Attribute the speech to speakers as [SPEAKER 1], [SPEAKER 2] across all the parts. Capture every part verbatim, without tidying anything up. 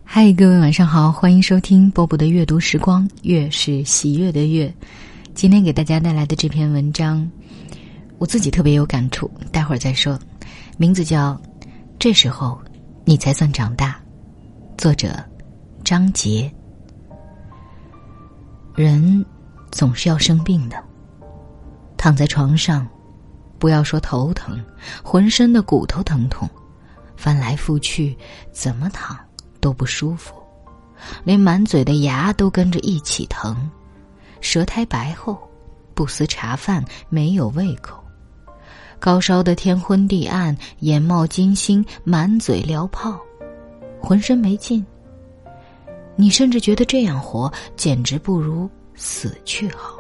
[SPEAKER 1] 嗨，各位晚上好，欢迎收听波波的阅读时光，月是喜悦的月。今天给大家带来的这篇文章，我自己特别有感触，待会儿再说。名字叫《这时候你才算长大》，作者张杰。人总是要生病的，躺在床上，不要说头疼，浑身的骨头疼痛，翻来覆去，怎么躺都不舒服，连满嘴的牙都跟着一起疼，舌苔白厚，不思茶饭，没有胃口，高烧的天昏地暗，眼冒金星，满嘴燎泡，浑身没劲。你甚至觉得这样活简直不如死去好。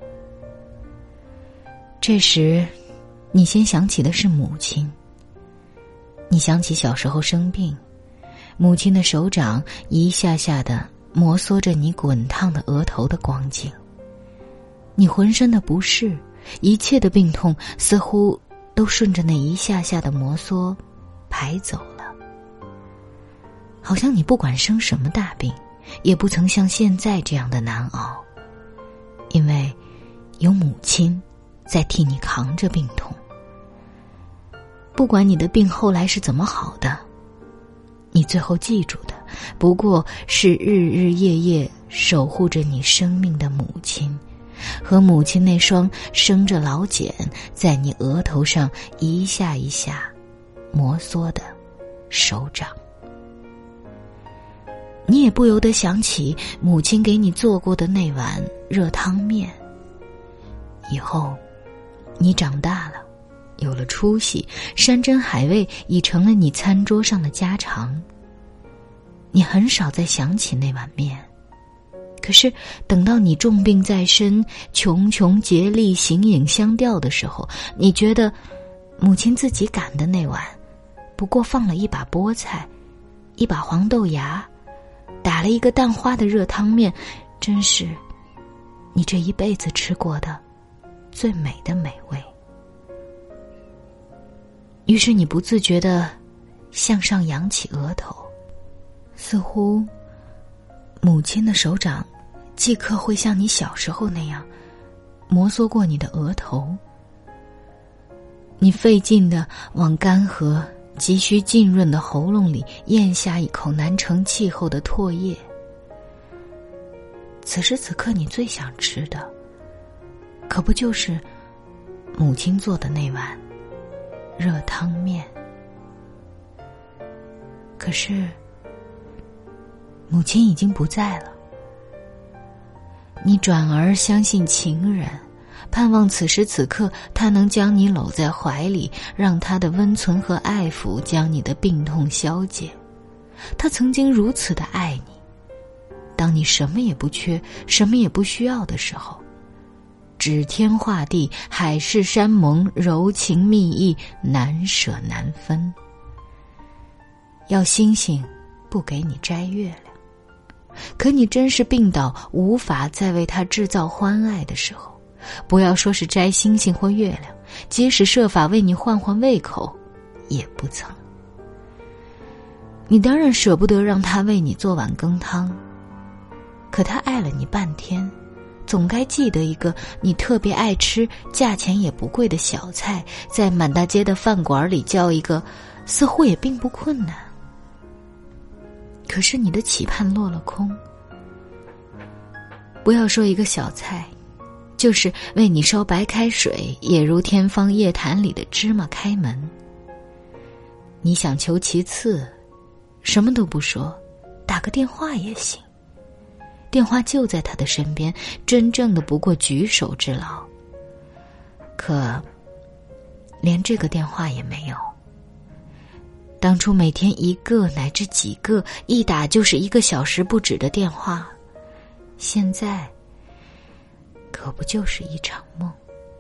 [SPEAKER 1] 这时你先想起的是母亲，你想起小时候生病，母亲的手掌一下下地摩挲着你滚烫的额头的光景，你浑身的不适，一切的病痛似乎都顺着那一下下的摩挲排走了。好像你不管生什么大病，也不曾像现在这样的难熬，因为有母亲在替你扛着病痛。不管你的病后来是怎么好的，你最后记住的不过是日日夜夜守护着你生命的母亲，和母亲那双生着老茧在你额头上一下一下摩挲的手掌。你也不由得想起母亲给你做过的那碗热汤面。以后你长大了，有了出息，山珍海味已成了你餐桌上的家常。你很少再想起那碗面，可是等到你重病在身，穷穷竭力，形影相吊的时候，你觉得母亲自己擀的那碗不过放了一把菠菜，一把黄豆芽，打了一个蛋花的热汤面，真是你这一辈子吃过的最美的美味。于是你不自觉地向上扬起额头，似乎母亲的手掌即刻会像你小时候那样摩挲过你的额头。你费劲地往干涸急需浸润的喉咙里咽下一口难成气候的唾液。此时此刻你最想吃的，可不就是母亲做的那碗热汤面？可是母亲已经不在了。你转而相信情人，盼望此时此刻他能将你搂在怀里，让他的温存和爱抚将你的病痛消解。他曾经如此的爱你，当你什么也不缺，什么也不需要的时候，指天画地，海誓山盟，柔情蜜意，难舍难分。要星星不给你摘月亮，可你真是病倒无法再为他制造欢爱的时候，不要说是摘星星或月亮，即使设法为你换换胃口也不曾。你当然舍不得让他为你做碗羹汤，可他爱了你半天，总该记得一个你特别爱吃价钱也不贵的小菜，在满大街的饭馆里叫一个似乎也并不困难。可是你的期盼落了空。不要说一个小菜，就是为你烧白开水也如天方夜谭里的芝麻开门。你想求其次，什么都不说，打个电话也行，电话就在他的身边，真正的不过举手之劳。可连这个电话也没有。当初每天一个乃至几个，一打就是一个小时不止的电话，现在可不就是一场梦。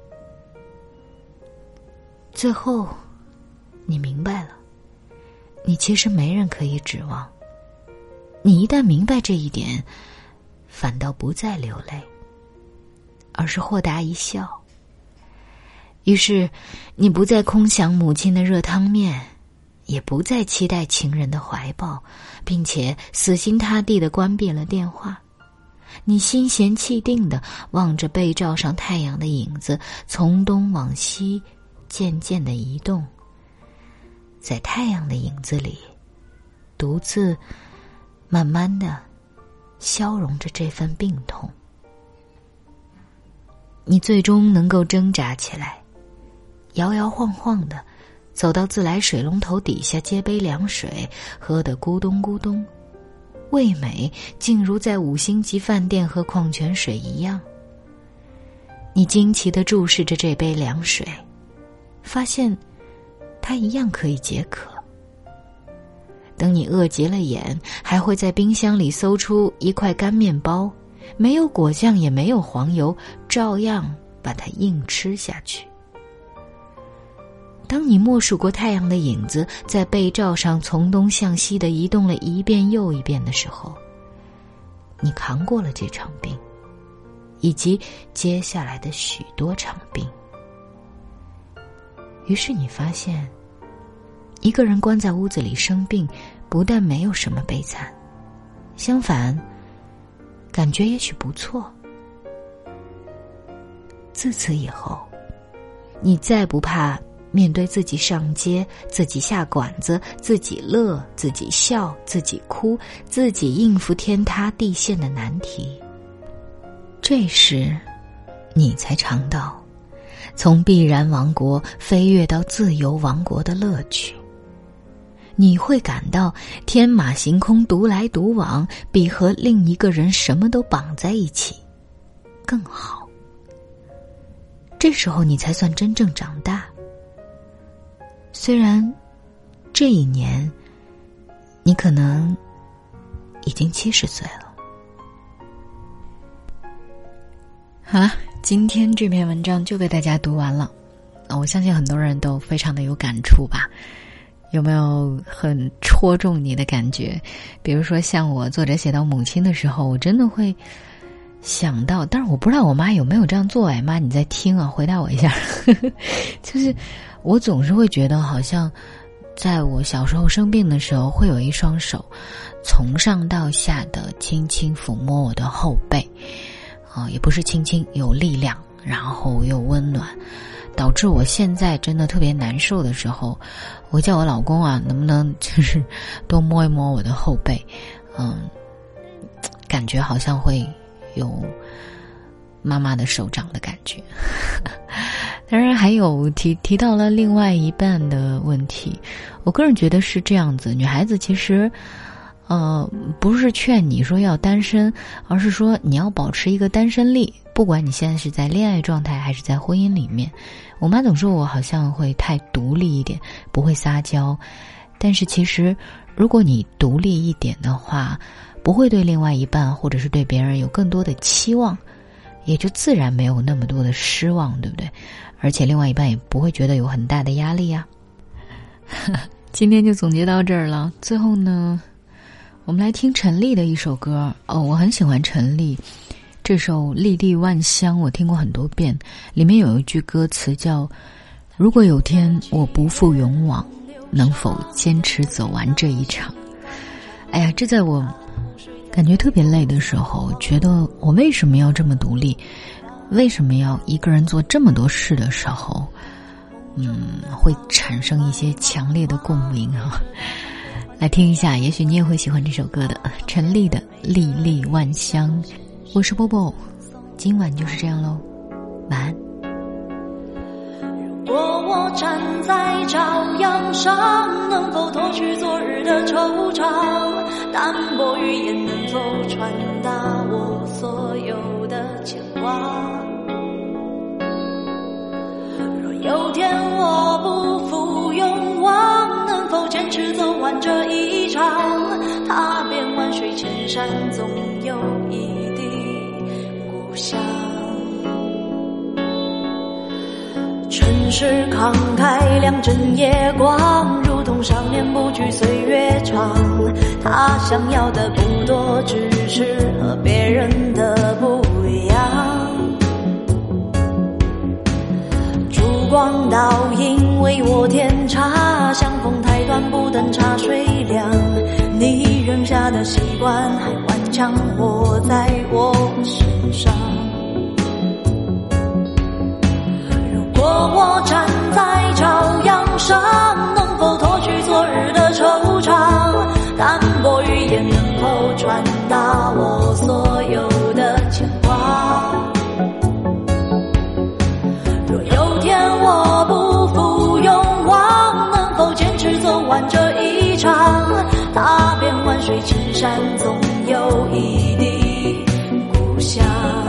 [SPEAKER 1] 最后你明白了，你其实没人可以指望。你一旦明白这一点，反倒不再流泪，而是豁达一笑。于是你不再空想母亲的热汤面， 也不再期待情人的怀抱，并且死心塌地地关闭了电话。你心闲气定地望着被罩上太阳的影子从东往西渐渐地移动，在太阳的影子里独自慢慢地消融着这份病痛。你最终能够挣扎起来，摇摇晃晃地走到自来水龙头底下接杯凉水，喝得咕咚咕咚，味美竟如在五星级饭店喝矿泉水一样。你惊奇地注视着这杯凉水，发现它一样可以解渴。等你饿极了眼，还会在冰箱里搜出一块干面包，没有果酱也没有黄油，照样把它硬吃下去。当你默数过太阳的影子在被罩上从东向西地移动了一遍又一遍的时候，你扛过了这场病，以及接下来的许多场病。于是你发现，一个人关在屋子里生病，不但没有什么悲惨，相反，感觉也许不错。自此以后，你再不怕面对自己上街，自己下馆子，自己乐，自己笑，自己哭，自己应付天塌地陷的难题。这时，你才尝到从必然王国飞跃到自由王国的乐趣。你会感到天马行空、独来独往，比和另一个人什么都绑在一起更好。这时候你才算真正长大。虽然这一年你可能已经七十岁了。好了，今天这篇文章就被大家读完了。我相信很多人都非常的有感触吧。有没有很戳中你的感觉？比如说像我作者写到母亲的时候，我真的会想到，但是我不知道我妈有没有这样做。哎，妈你在听啊，回答我一下。就是我总是会觉得好像在我小时候生病的时候，会有一双手从上到下的轻轻抚摸我的后背啊、呃，也不是轻轻，有力量，然后又温暖，导致我现在真的特别难受的时候，我叫我老公啊，能不能就是多摸一摸我的后背，嗯，感觉好像会有妈妈的手掌的感觉。当然还有提提到了另外一半的问题，我个人觉得是这样子，女孩子其实呃，不是劝你说要单身，而是说你要保持一个单身力，不管你现在是在恋爱状态还是在婚姻里面。我妈总说我好像会太独立一点，不会撒娇，但是其实如果你独立一点的话，不会对另外一半或者是对别人有更多的期望，也就自然没有那么多的失望，对不对？而且另外一半也不会觉得有很大的压力呀。今天就总结到这儿了。最后呢，我们来听陈粒的一首歌哦，我很喜欢陈粒这首《粒粒万香》，我听过很多遍，里面有一句歌词叫如果有天我不负勇往，能否坚持走完这一场。哎呀，这在我感觉特别累的时候，觉得我为什么要这么独立，为什么要一个人做这么多事的时候，嗯，会产生一些强烈的共鸣啊。来听一下，也许你也会喜欢这首歌的，陈粒的《粒粒万香》。我是波波，今晚就是这样咯，晚安。
[SPEAKER 2] 如果我站在朝阳上，能否脱去昨日的惆怅？淡薄语言能否传达我所有的牵挂？若有天我不负勇往，能否坚持走完这一场？踏遍万水千山，总有一地故乡。城市慷慨两枕夜光，如同少年不惧岁月长。他想要的不多，只是和别人的不一样。烛光倒影为我添茶，相逢太短段不等茶水凉，你扔下的习惯还顽强活在我身上。如果我站在朝阳上，能否脱去昨日的惆怅？淡薄语言能否传达我所有的牵挂？若有天我不负勇往，能否坚持走完这一场？踏遍万水千山，总有一地故乡。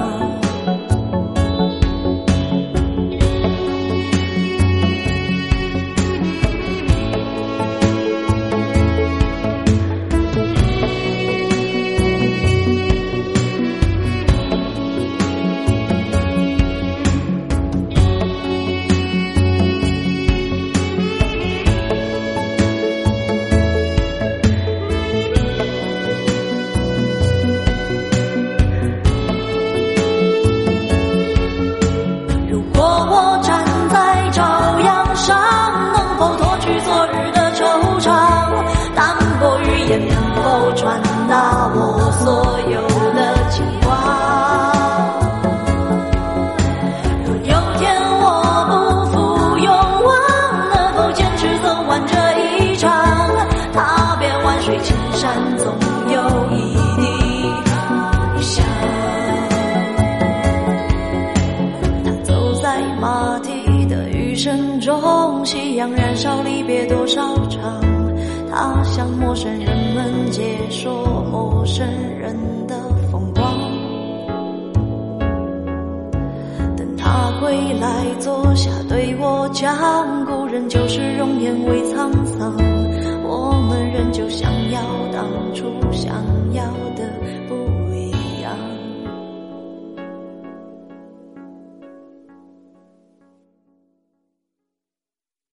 [SPEAKER 2] 能否传达我所有的牵挂？若有天我不负勇往，能否坚持走完这一场？踏遍万水千山，总有一地故乡。他走在马蹄的余生中，夕阳燃烧离别多少场？他向陌生人们解说陌生人的风光，等他归来坐下对我讲，故人就是容颜未沧桑，我们仍旧想要当初想要的